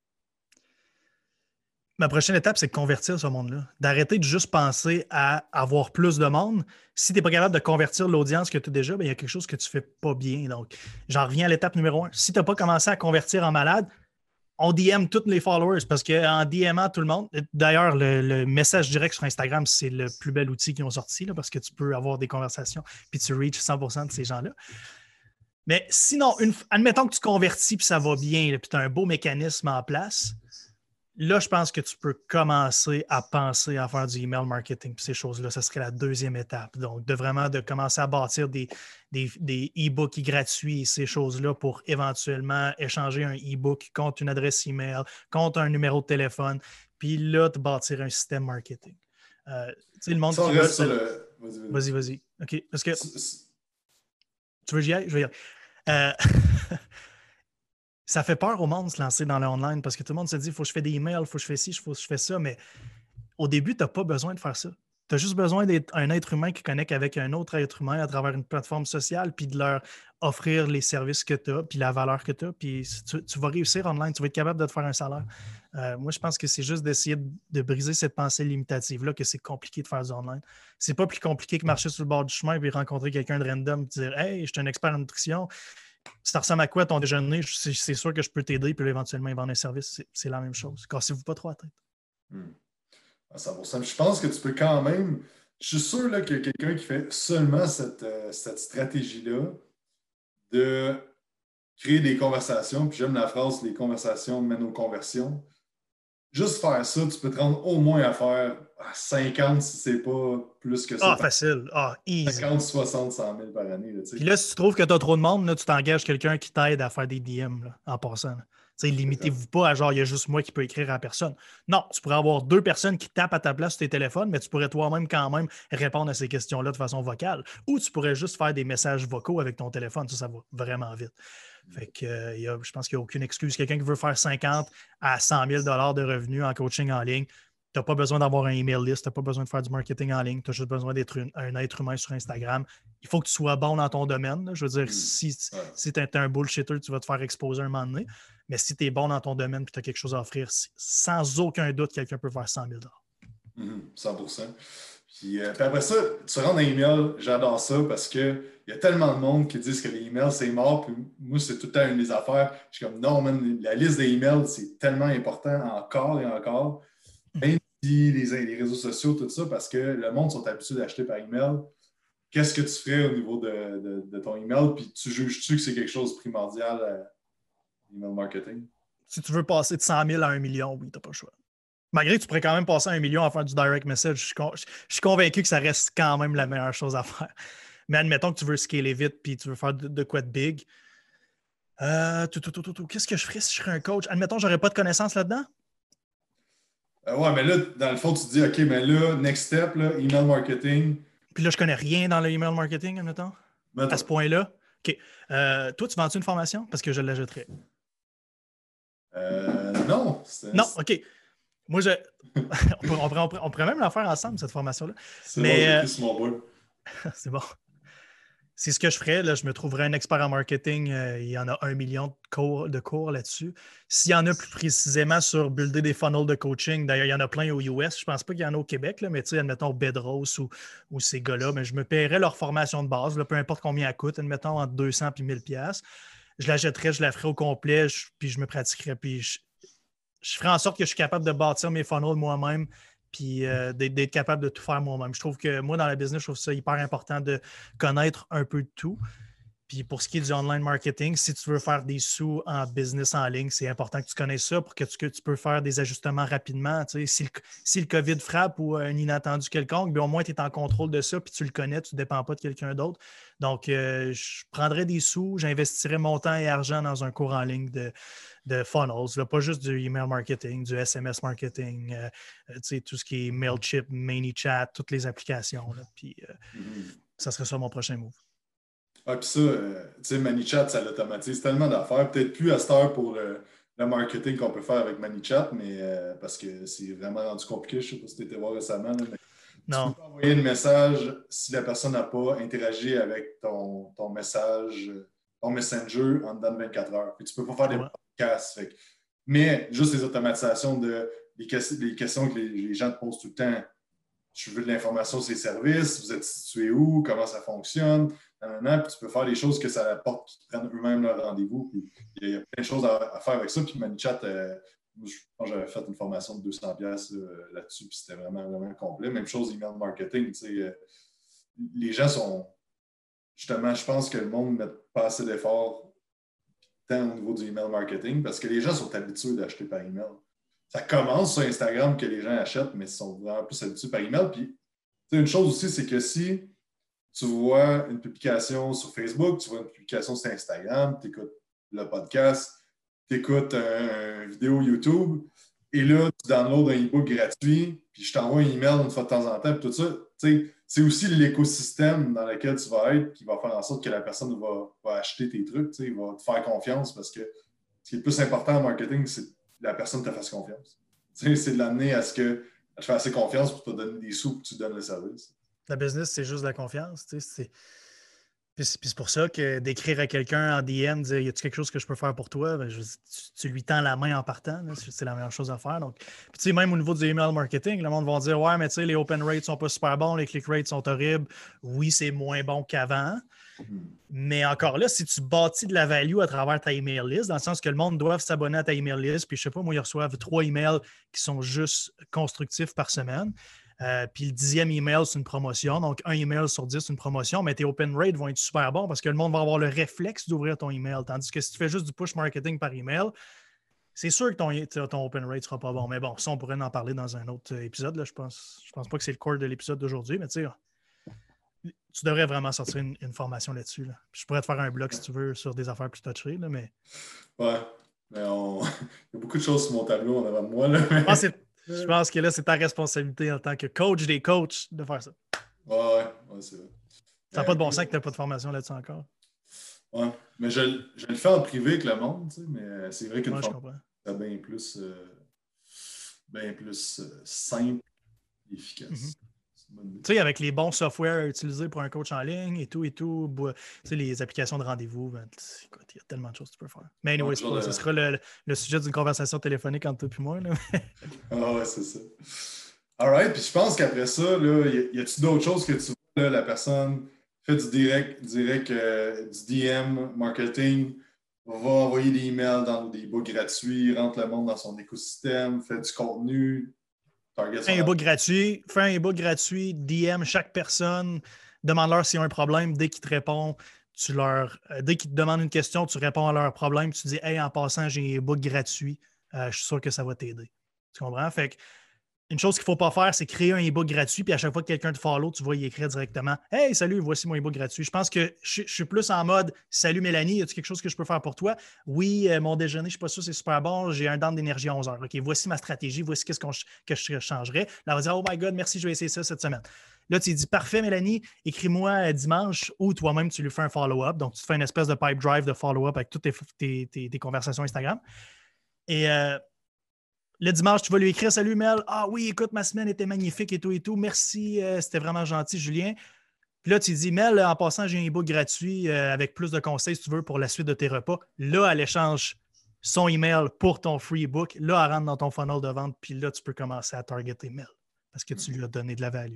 Ma prochaine étape, c'est de convertir ce monde-là. D'arrêter de juste penser à avoir plus de monde. Si tu n'es pas capable de convertir l'audience que tu as déjà, il y a quelque chose que tu ne fais pas bien. Donc, j'en reviens à l'étape numéro 1. Si tu n'as pas commencé à convertir en malade, on DM tous les followers parce qu'en DMant tout le monde, d'ailleurs, le message direct sur Instagram, c'est le plus bel outil qu'ils ont sorti là, parce que tu peux avoir des conversations puis tu reach 100% de ces gens-là. Mais sinon, admettons que tu convertis puis ça va bien, puis tu as un beau mécanisme en place, là, je pense que tu peux commencer à penser à faire du email marketing puis ces choses-là. Ça serait la deuxième étape. Donc, de commencer à bâtir des e-books gratuits et ces choses-là pour éventuellement échanger un e-book contre une adresse email, contre un numéro de téléphone, puis là, de bâtir un système marketing. Le monde qui veut... Vas-y. OK. Parce que... Tu veux que j'y aille? Je vais y aller. Ça fait peur au monde de se lancer dans le online parce que tout le monde se dit il faut que je fasse des emails, il faut que je fasse ci, il faut que je fasse ça. Mais au début, tu n'as pas besoin de faire ça. Tu as juste besoin d'être un être humain qui connecte avec un autre être humain à travers une plateforme sociale puis de leur offrir les services que tu as puis la valeur que tu as. Puis tu vas réussir online, tu vas être capable de te faire un salaire. Moi, je pense que c'est juste d'essayer de briser cette pensée limitative-là que c'est compliqué de faire du online. C'est pas plus compliqué que marcher sur le bord du chemin et rencontrer quelqu'un de random et dire hey, je suis un expert en nutrition. Ça ressemble à quoi ton déjeuner? C'est sûr que je peux t'aider, puis là, éventuellement, ils vendent un service. C'est la même chose. Cassez-vous pas trop la tête. 100%. Je pense que tu peux quand même. Je suis sûr là, qu'il y a quelqu'un qui fait seulement cette stratégie-là de créer des conversations. Puis j'aime la phrase les conversations mènent aux conversions. Juste faire ça, tu peux te rendre au moins à faire 50 si c'est pas plus que ça. Facile. Easy. 50, 60, 100 000 par année. Puis là, si tu trouves que tu as trop de monde, là, tu t'engages quelqu'un qui t'aide à faire des DM là, en passant. Limitez-vous pas à genre, il y a juste moi qui peux écrire à personne. Non, tu pourrais avoir 2 personnes qui tapent à ta place sur tes téléphones, mais tu pourrais toi-même quand même répondre à ces questions-là de façon vocale. Ou tu pourrais juste faire des messages vocaux avec ton téléphone. Ça va vraiment vite. Fait que je pense qu'il n'y a aucune excuse. Quelqu'un qui veut faire 50 à 100 000 $ de revenus en coaching en ligne, tu n'as pas besoin d'avoir un email list, tu n'as pas besoin de faire du marketing en ligne, tu as juste besoin d'être un être humain sur Instagram. Il faut que tu sois bon dans ton domaine. Là. Je veux dire, si tu es un bullshitter, tu vas te faire exposer un moment donné. Mais si tu es bon dans ton domaine et tu as quelque chose à offrir, sans aucun doute, quelqu'un peut faire 100 000 $. 100%. Puis après ça, tu rentres dans email, j'adore ça parce qu'il y a tellement de monde qui disent que les emails, c'est mort. Puis moi, c'est tout le temps une des affaires. Je suis comme, non, man, la liste des emails, c'est tellement important encore et encore. Même si les réseaux sociaux, tout ça, parce que le monde sont habitués d'acheter par email. Qu'est-ce que tu ferais au niveau de ton email? Puis tu juges-tu que c'est quelque chose de primordial email marketing? Si tu veux passer de 100 000 à 1 million, oui, tu n'as pas le choix. Malgré que tu pourrais quand même passer à 1 million à faire du direct message, je suis convaincu que ça reste quand même la meilleure chose à faire. Mais admettons que tu veux scaler vite puis tu veux faire de quoi de big. Qu'est-ce que je ferais si je serais un coach? Admettons, j'aurais pas de connaissances là-dedans? Ouais, mais là, dans le fond, tu te dis, OK, mais là, next step, là, email marketing. Puis là, je connais rien dans le email marketing, admettons, à ce point-là. OK. Toi, tu vends-tu une formation? Parce que je l'ajouterais. Non. Non, OK. Moi, on pourrait même la faire ensemble, cette formation-là. C'est Mais, bon, j'ai sur mon board. c'est bon. C'est ce que je ferais. Là, je me trouverais un expert en marketing. Il y en a 1 million de cours là-dessus. S'il y en a plus précisément sur builder des funnels de coaching, d'ailleurs, il y en a plein aux US. Je ne pense pas qu'il y en a au Québec, là, mais admettons Bedros ou ces gars-là, mais je me paierais leur formation de base, là, peu importe combien elle coûte, admettons entre 200 et 1000 $. Je la jetterais, je la ferais au complet, puis je me pratiquerais. Puis je ferais en sorte que je suis capable de bâtir mes funnels moi-même puis d'être capable de tout faire moi-même. Je trouve que moi, dans la business, je trouve ça hyper important de connaître un peu de tout. Puis pour ce qui est du online marketing, si tu veux faire des sous en business en ligne, c'est important que tu connaisses ça pour que tu peux faire des ajustements rapidement. Tu sais, si le COVID frappe ou un inattendu quelconque, bien, au moins tu es en contrôle de ça, puis tu le connais, tu ne dépends pas de quelqu'un d'autre. Donc, je prendrais des sous, j'investirais mon temps et argent dans un cours en ligne de funnels, là, pas juste du email marketing, du SMS marketing, tu sais, tout ce qui est Mailchimp, ManyChat, toutes les applications. Là, puis, ça serait ça mon prochain move. Ah, puis ça, tu sais, ManyChat, ça l'automatise tellement d'affaires. Peut-être plus à cette heure pour le marketing qu'on peut faire avec ManyChat, mais parce que c'est vraiment rendu compliqué. Je ne sais pas si tu étais voir récemment. Là, mais non. tu peux pas envoyer un message si la personne n'a pas interagi avec ton message, ton Messenger en dedans de 24 heures. Puis tu ne peux pas faire des podcasts. Mais juste les automatisations des questions que les gens te posent tout le temps. Tu veux de l'information sur les services, vous êtes situé où, comment ça fonctionne, puis tu peux faire des choses que ça apporte, qui prennent eux-mêmes leur rendez-vous. Puis il y a plein de choses à faire avec ça. Puis ManyChat, je pense que j'avais fait une formation de 200$ là-dessus, puis c'était vraiment, vraiment complet. Même chose, email marketing. Les gens sont. Justement, je pense que le monde ne met pas assez d'efforts tant au niveau du email marketing parce que les gens sont habitués d'acheter par email. Ça commence sur Instagram que les gens achètent, mais ils sont vraiment plus habitués par email. Puis, une chose aussi, c'est que si tu vois une publication sur Facebook, tu vois une publication sur Instagram, tu écoutes le podcast, tu écoutes une vidéo YouTube, et là, tu downloads un e-book gratuit, puis je t'envoie un email une fois de temps en temps, puis tout ça, c'est aussi l'écosystème dans lequel tu vas être qui va faire en sorte que la personne va acheter tes trucs, il va te faire confiance parce que ce qui est le plus important en marketing, c'est que la personne te fasse confiance. C'est de l'amener à ce qu'elle te fasse assez confiance pour te donner des sous pour que tu donnes le service. La business, c'est juste de la confiance. Puis c'est pour ça que d'écrire à quelqu'un en DM, dire « Y a-t-il quelque chose que je peux faire pour toi? » tu lui tends la main en partant. Là, c'est la meilleure chose à faire. Donc, puis même au niveau du email marketing, le monde va dire « Ouais, mais les open rates sont pas super bons, les click rates sont horribles. Oui, c'est moins bon qu'avant. » Mais encore là, si tu bâtis de la value à travers ta email list, dans le sens que le monde doit s'abonner à ta email list, puis je sais pas, moi, ils reçoivent 3 emails qui sont juste constructifs par semaine. Puis le 10e email, c'est une promotion. Donc, 1 email sur 10, c'est une promotion, mais tes open rates vont être super bons parce que le monde va avoir le réflexe d'ouvrir ton email. Tandis que si tu fais juste du push marketing par email, c'est sûr que ton open rate ne sera pas bon. Mais bon, ça, on pourrait en parler dans un autre épisode. Là. Je pense pas que c'est le core de l'épisode d'aujourd'hui, mais tu devrais vraiment sortir une formation là-dessus. Là. Je pourrais te faire un blog si tu veux sur des affaires plus touchées, là, mais. Ouais, mais il y a beaucoup de choses sur mon tableau en avant de moi. Là, mais... Je pense que là, c'est ta responsabilité en tant que coach des coachs de faire ça. Ouais, c'est vrai. Ça n'a pas de bon sens que tu n'as pas de formation là-dessus encore. Ouais, mais je le fais en privé avec le monde, tu sais, mais c'est vrai qu'une formation, c'est bien plus simple et efficace. Tu sais, avec les bons softwares utilisés pour un coach en ligne et tout, tu sais, les applications de rendez-vous, écoute, il y a tellement de choses que tu peux faire. Mais anyway, ce sera le sujet d'une conversation téléphonique entre toi et moi. Là. Ah ouais, c'est ça. All right, puis je pense qu'après ça, y a-t-il d'autres choses que tu vois, là, la personne fait du direct du DM marketing, va envoyer des emails dans des books gratuits, rentre le monde dans son écosystème, fait du contenu. Fais un e-book gratuit, DM chaque personne, demande-leur s'ils ont un problème. Dès qu'ils te répondent, dès qu'ils te demandent une question, tu réponds à leur problème. Tu dis « Hey, en passant, j'ai un e-book gratuit. Je suis sûr que ça va t'aider. » Tu comprends? Fait que Une chose qu'il ne faut pas faire, c'est créer un e-book gratuit, puis à chaque fois que quelqu'un te follow, tu vas y écrire directement « Hey, salut, voici mon e-book gratuit. » Je pense que je suis plus en mode « Salut Mélanie, y a-t-il quelque chose que je peux faire pour toi? » Oui, mon déjeuner, je ne suis pas sûr, c'est super bon, j'ai un down d'énergie à 11 heures. OK, voici ma stratégie, voici qu'est-ce que je changerais. Là, on va dire « Oh my God, merci, je vais essayer ça cette semaine. » Là, tu dis « Parfait, Mélanie, écris-moi dimanche » ou toi-même, tu lui fais un follow-up. Donc, tu te fais une espèce de pipe drive de follow-up avec toutes tes conversations Instagram. Et le dimanche, tu vas lui écrire « Salut Mel, ah oui, écoute, ma semaine était magnifique et tout. Merci, c'était vraiment gentil, Julien. » Puis là, tu dis « Mel, en passant, j'ai un e-book gratuit avec plus de conseils, si tu veux, pour la suite de tes repas. » Là, elle échange son email pour ton free e-book. Là, elle rentre dans ton funnel de vente, puis là, tu peux commencer à targeter Mel parce que tu lui as donné de la value.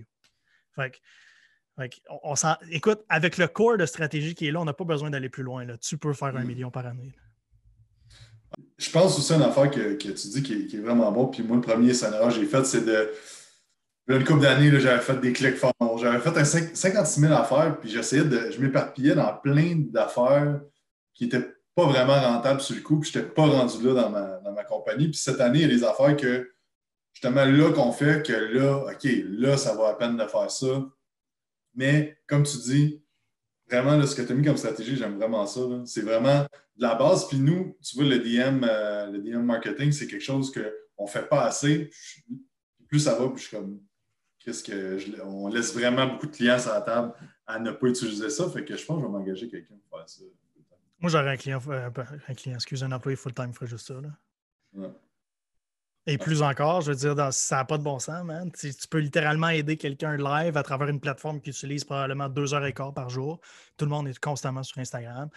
Écoute, avec le core de stratégie qui est là, on n'a pas besoin d'aller plus loin. Là. Tu peux faire 1 million par année. Là. Je pense aussi à une affaire que tu dis qui est vraiment bon. Puis moi, le premier scénario que j'ai fait, c'est de. Une couple d'années, là, j'avais fait des clics forts. J'avais fait 56 000 affaires, puis je m'éparpillais dans plein d'affaires qui n'étaient pas vraiment rentables sur le coup, puis je n'étais pas rendu là dans ma compagnie. Puis cette année, il y a des affaires que, justement, là qu'on fait, que là, OK, là, ça vaut la peine de faire ça. Mais, comme tu dis, vraiment, là, ce que tu as mis comme stratégie, j'aime vraiment ça. Là. C'est vraiment de la base. Puis nous, tu vois, le DM marketing, c'est quelque chose qu'on ne fait pas assez. Plus ça va, plus je suis comme, on laisse vraiment beaucoup de clients sur la table à ne pas utiliser ça. Fait que je pense que je vais m'engager quelqu'un pour faire ça. Moi, j'aurais un employé full-time qui ferait juste ça. Là. Ouais. Et plus encore, je veux dire, ça n'a pas de bon sens, man. Tu peux littéralement aider quelqu'un live à travers une plateforme qui utilise probablement 2h15 par jour. Tout le monde est constamment sur Instagram.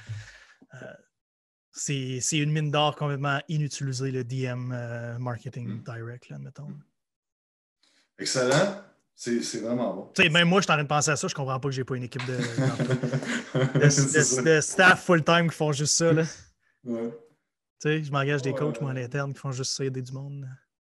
C'est une mine d'or complètement inutilisée, le DM Marketing Direct, là, admettons. Excellent. C'est vraiment bon. T'sais, même moi, je suis en train de penser à ça. Je comprends pas que j'ai pas une équipe de staff full-time qui font juste ça. Là. Ouais. Je m'engage des coachs, moi, à l'interne, qui font juste ça, aider du monde.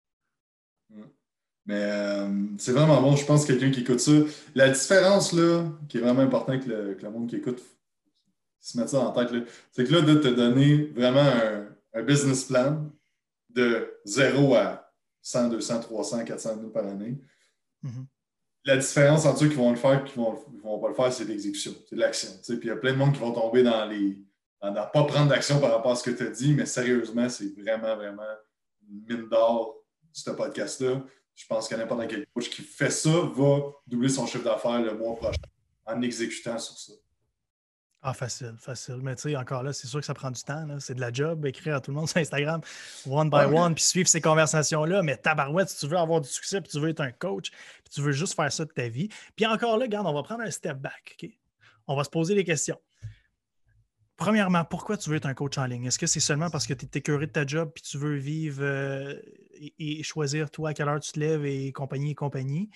Mais c'est vraiment bon. Je pense que quelqu'un qui écoute ça. La différence, là, qui est vraiment importante que le monde qui écoute se mette ça en tête, c'est que là, de te donner vraiment un business plan de 0 à 100, 200, 300, 400 000 par année. Mm-hmm. La différence entre ceux qui vont le faire et qui ne vont pas le faire, c'est l'exécution, c'est l'action. Puis il y a plein de monde qui vont tomber dans pas prendre d'action par rapport à ce que tu as dit, mais sérieusement, c'est vraiment, vraiment une mine d'or, ce podcast-là. Je pense que n'importe quel coach qui fait ça va doubler son chiffre d'affaires le mois prochain en exécutant sur ça. Ah, facile. Mais tu sais, encore là, c'est sûr que ça prend du temps. Là. C'est de la job, écrire à tout le monde sur Instagram, one by one, puis suivre ces conversations-là. Mais tabarouette, si tu veux avoir du succès, puis tu veux être un coach, puis tu veux juste faire ça de ta vie. Puis encore là, regarde, on va prendre un step back. Okay? On va se poser des questions. Premièrement, pourquoi tu veux être un coach en ligne? Est-ce que c'est seulement parce que tu es écœuré de ta job puis tu veux vivre et choisir toi à quelle heure tu te lèves et compagnie?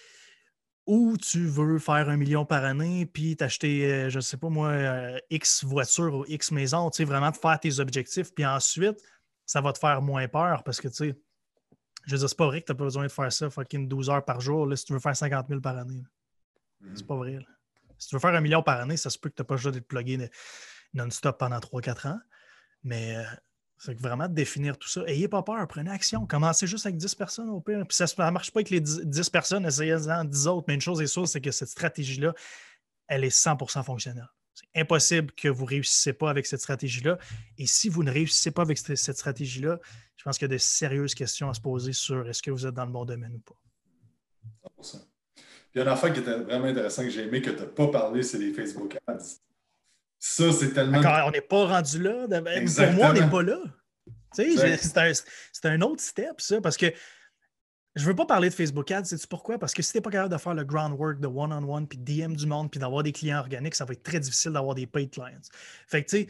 Ou tu veux faire 1 million par année puis t'acheter, je ne sais pas moi, X voitures ou X maisons, tu sais, vraiment de faire tes objectifs. Puis ensuite, ça va te faire moins peur parce que, tu sais, je veux dire, c'est pas vrai que tu n'as pas besoin de faire ça fucking 12 heures par jour là, si tu veux faire 50 000 par année. C'est pas vrai. Là. Si tu veux faire 1 million par année, ça se peut que tu n'as pas besoin d'être plugué non-stop pendant 3-4 ans. Mais c'est vraiment de définir tout ça. Ayez pas peur, prenez action. Commencez juste avec 10 personnes au pire. Puis ça ne marche pas avec les 10 personnes, essayez-en 10 autres. Mais une chose est sûre, c'est que cette stratégie-là, elle est 100% fonctionnelle. C'est impossible que vous ne réussissez pas avec cette stratégie-là. Et si vous ne réussissez pas avec cette stratégie-là, je pense qu'il y a de sérieuses questions à se poser sur est-ce que vous êtes dans le bon domaine ou pas. 100%. Puis une affaire qui était vraiment intéressante que j'ai aimé que tu n'as pas parlé, c'est les Facebook Ads. Ça, c'est tellement... D'accord, on n'est pas rendu là. Pour moi, on n'est pas là. Tu sais, c'est un autre step, ça, parce que je ne veux pas parler de Facebook Ads. Sais-tu pourquoi? Parce que si tu n'es pas capable de faire le groundwork de one-on-one, puis de DM du monde, puis d'avoir des clients organiques, ça va être très difficile d'avoir des paid clients. Fait que, tu sais,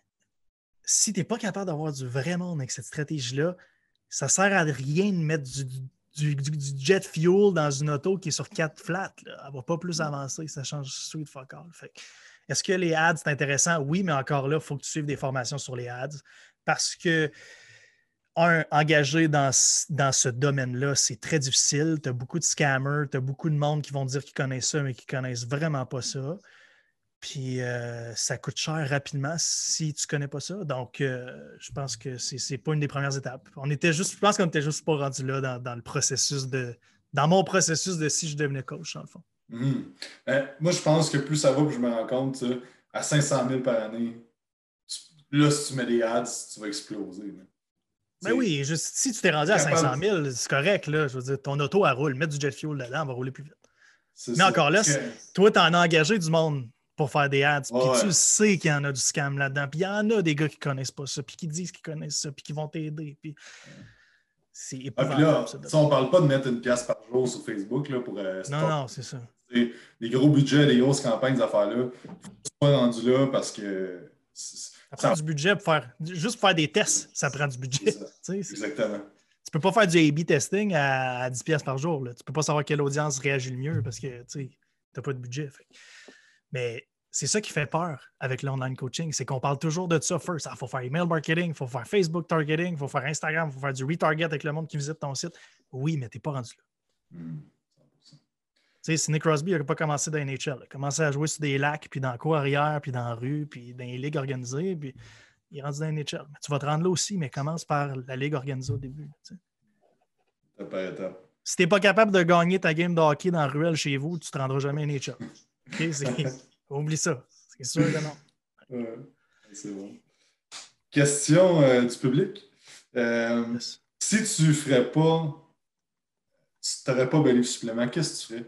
si tu n'es pas capable d'avoir du vrai monde avec cette stratégie-là, ça ne sert à rien de mettre du jet fuel dans une auto qui est sur 4 flats. Là. Elle ne va pas plus avancer. Ça change sweet fuck all. Fait que, est-ce que les ads, c'est intéressant? Oui, mais encore là, il faut que tu suives des formations sur les ads parce que, engager dans ce domaine-là, c'est très difficile. Tu as beaucoup de scammers, tu as beaucoup de monde qui vont dire qu'ils connaissent ça, mais qui ne connaissent vraiment pas ça. Puis ça coûte cher rapidement si tu ne connais pas ça. Donc, je pense que c'est pas une des premières étapes. Je pense qu'on n'était juste pas rendu là dans le processus dans mon processus de si je devenais coach, dans le fond. Moi, je pense que plus ça va, plus je me rends compte, ça, à 500 000 par année, là, si tu mets des ads, tu vas exploser. Ben oui, juste, si tu t'es rendu à 500 000, c'est correct. Là, je veux dire, ton auto, elle roule. Mettre du jet fuel dedans, elle va rouler plus vite. Mais ça, encore là, toi, tu en as engagé du monde pour faire des ads. Puis tu sais qu'il y en a du scam là-dedans. Puis il y en a des gars qui ne connaissent pas ça, puis qui disent qu'ils connaissent ça, puis qui vont t'aider. Puis c'est épouvantable. Puis là, on ne parle pas de mettre une pièce par jour sur Facebook là, pour non, c'est ça. Des gros budgets, des grosses campagnes, des affaires-là. Il ne faut pas rendu là parce que. Ça prend du budget pour juste pour faire des tests, ça prend du budget. Exactement. Tu peux pas faire du A/B testing à 10$ par jour. Là. Tu peux pas savoir quelle audience réagit le mieux parce que tu n'as pas de budget. Mais c'est ça qui fait peur avec l'online coaching, c'est qu'on parle toujours de ça first. Il faut faire email marketing, il faut faire Facebook targeting, il faut faire Instagram, il faut faire du retarget avec le monde qui visite ton site. Oui, mais tu n'es pas rendu là. Sidney Crosby n'a pas commencé dans NHL. Il a commencé à jouer sur des lacs, puis dans le cours arrière, puis dans la rue, puis dans les ligues organisées, puis il est rendu dans NHL. Mais tu vas te rendre là aussi, mais commence par la ligue organisée au début. Si tu n'es pas capable de gagner ta game de hockey dans la ruelle chez vous, tu ne te rendras jamais à NHL. Okay? Oublie ça. C'est sûr que non. C'est bon. Question du public. Yes. Si tu ne ferais pas, si tu n'aurais pas Believe supplément, qu'est-ce que tu ferais?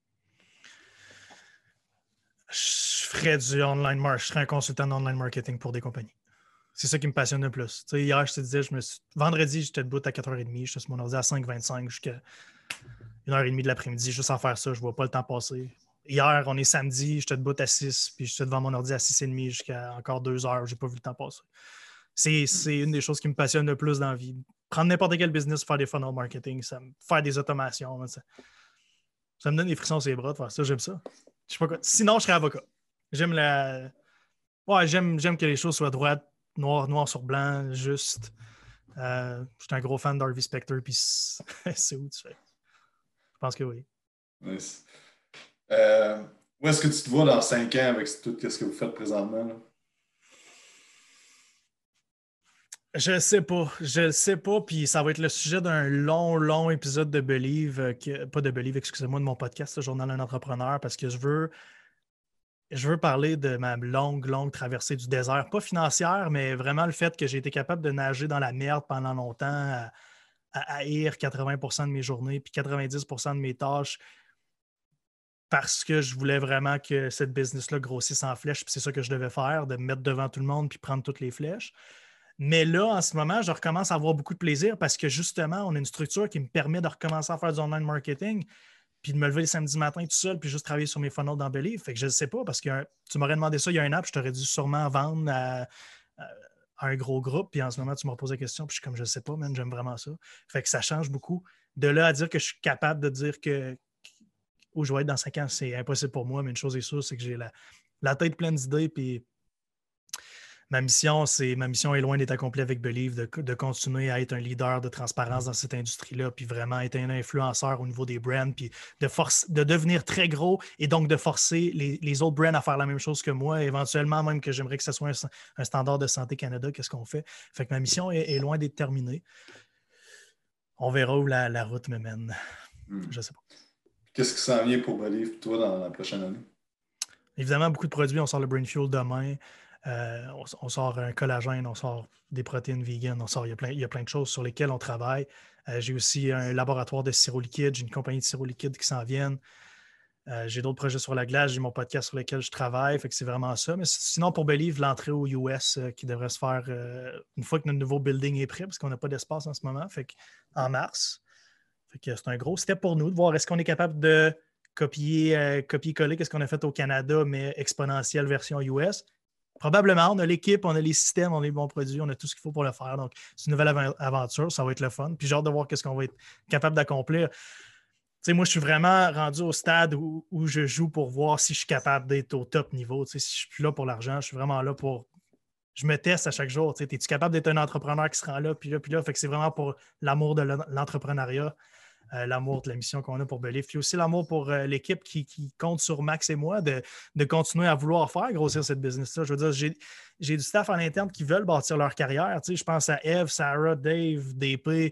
Je ferais du online marketing. Je serais un consultant d'online marketing pour des compagnies. C'est ça qui me passionne le plus. Tu sais, hier, je te disais, vendredi, j'étais debout à 4h30, j'étais sur mon ordi à 5h25 jusqu'à 1h30 de l'après-midi, juste à faire ça, je ne vois pas le temps passer. Hier, on est samedi, j'étais debout à 6, puis j'étais devant mon ordi à 6h30 jusqu'à encore 2h, je n'ai pas vu le temps passer. C'est une des choses qui me passionne le plus dans la vie. Prendre n'importe quel business, faire des funnel marketing, faire des automations, ça me donne des frissons sur les bras de faire ça, j'aime ça. Je sais pas quoi. Sinon, je serais avocat. J'aime que les choses soient droites, noir sur blanc, juste. Je suis un gros fan d'Harvey Specter, puis c'est où tu fais. Je pense que oui. Nice. Où est-ce que tu te vois dans 5 ans avec tout ce que vous faites présentement? Là? Je le sais pas, puis ça va être le sujet d'un long épisode de Believe, pas de Believe, excusez-moi, de mon podcast, le Journal d'un entrepreneur, parce que je veux parler de ma longue traversée du désert, pas financière, mais vraiment le fait que j'ai été capable de nager dans la merde pendant longtemps, à haïr 80% de mes journées, puis 90% de mes tâches, parce que je voulais vraiment que cette business-là grossisse en flèche, puis c'est ça que je devais faire, de me mettre devant tout le monde, puis prendre toutes les flèches. Mais là, en ce moment, je recommence à avoir beaucoup de plaisir parce que justement, on a une structure qui me permet de recommencer à faire du online marketing, puis de me lever le samedi matin tout seul, puis juste travailler sur mes funnels dans Believe. Fait que je ne sais pas, parce que tu m'aurais demandé ça il y a un an, puis je t'aurais dû sûrement vendre à un gros groupe, puis en ce moment, tu m'as posé la question, puis je suis comme, je ne sais pas, man, j'aime vraiment ça. Fait que ça change beaucoup. De là à dire que je suis capable de dire que où je vais être dans 5 ans, c'est impossible pour moi, mais une chose est sûre, c'est que j'ai la tête pleine d'idées, puis ma mission est loin d'être accomplie avec Believe, de continuer à être un leader de transparence dans cette industrie-là, puis vraiment être un influenceur au niveau des brands, puis de devenir très gros et donc de forcer les autres brands à faire la même chose que moi, éventuellement même que j'aimerais que ce soit un standard de Santé Canada, qu'est-ce qu'on fait. Fait que ma mission est loin d'être terminée. On verra où la route me mène. Je sais pas. Qu'est-ce qui s'en vient pour Believe, toi, dans la prochaine année? Évidemment, beaucoup de produits. On sort le Brain Fuel demain. On sort un collagène, on sort des protéines vegan, il y a plein de choses sur lesquelles on travaille. J'ai aussi un laboratoire de sirop liquide, j'ai une compagnie de sirop liquide qui s'en viennent. J'ai d'autres projets sur la glace, j'ai mon podcast sur lequel je travaille, fait que c'est vraiment ça. Mais sinon, pour Believe, l'entrée aux US qui devrait se faire une fois que notre nouveau building est prêt, parce qu'on n'a pas d'espace en ce moment, fait en mars. Fait que c'est un gros step pour nous de voir est-ce qu'on est capable de copier-coller qu'est-ce qu'on a fait au Canada, mais exponentielle version US. Probablement, on a l'équipe, on a les systèmes, on a les bons produits, on a tout ce qu'il faut pour le faire. Donc, c'est une nouvelle aventure, ça va être le fun. Puis j'ai hâte de voir qu'est-ce qu'on va être capable d'accomplir. Tu sais, moi, je suis vraiment rendu au stade où je joue pour voir si je suis capable d'être au top niveau. Tu sais, si je suis plus là pour l'argent, je suis vraiment là pour... Je me teste à chaque jour. Tu sais, es-tu capable d'être un entrepreneur qui se rend là, puis là, puis là? Fait que c'est vraiment pour l'amour de l'entrepreneuriat. l'amour de la mission qu'on a pour Believe, puis aussi l'amour pour l'équipe qui compte sur Max et moi de continuer à vouloir faire grossir cette business-là. Je veux dire, j'ai du staff en interne qui veulent bâtir leur carrière. Tu sais, je pense à Eve, Sarah, Dave, DP,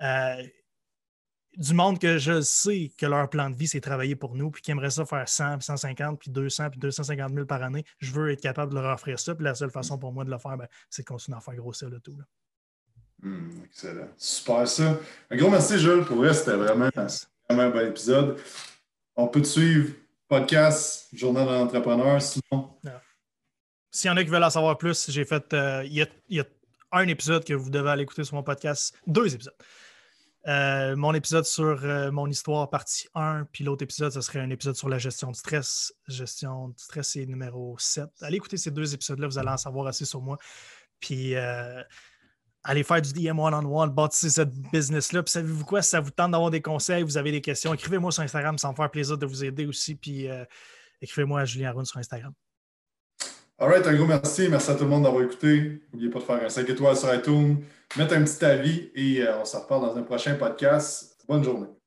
du monde que je sais que leur plan de vie, c'est travailler pour nous, puis qui aimerait ça faire 100, puis 150, puis 200, puis 250 000 par année. Je veux être capable de leur offrir ça, puis la seule façon pour moi de le faire, c'est de continuer à faire grossir le tout. Excellent. Super ça. Un gros merci, Jules. Pour vrai, c'était vraiment un bon épisode. On peut te suivre, podcast, Journal d'un entrepreneur, sinon. Non. S'il y en a qui veulent en savoir plus, j'ai fait. Il y a un épisode que vous devez aller écouter sur mon podcast. 2 épisodes. Mon épisode sur mon histoire, partie 1, puis l'autre épisode, ce serait un épisode sur la gestion du stress. Gestion du stress, c'est numéro 7. Allez écouter ces 2 épisodes-là, vous allez en savoir assez sur moi. Puis allez faire du DM one-on-one, bâtissez cette business-là. Puis savez-vous quoi, si ça vous tente d'avoir des conseils, vous avez des questions, écrivez-moi sur Instagram, ça me faire plaisir de vous aider aussi. Puis écrivez-moi à Julien Aroun sur Instagram. All right, un gros merci. Merci à tout le monde d'avoir écouté. N'oubliez pas de faire un 5 étoiles sur iTunes, mettre un petit avis et on se reparle dans un prochain podcast. Bonne journée.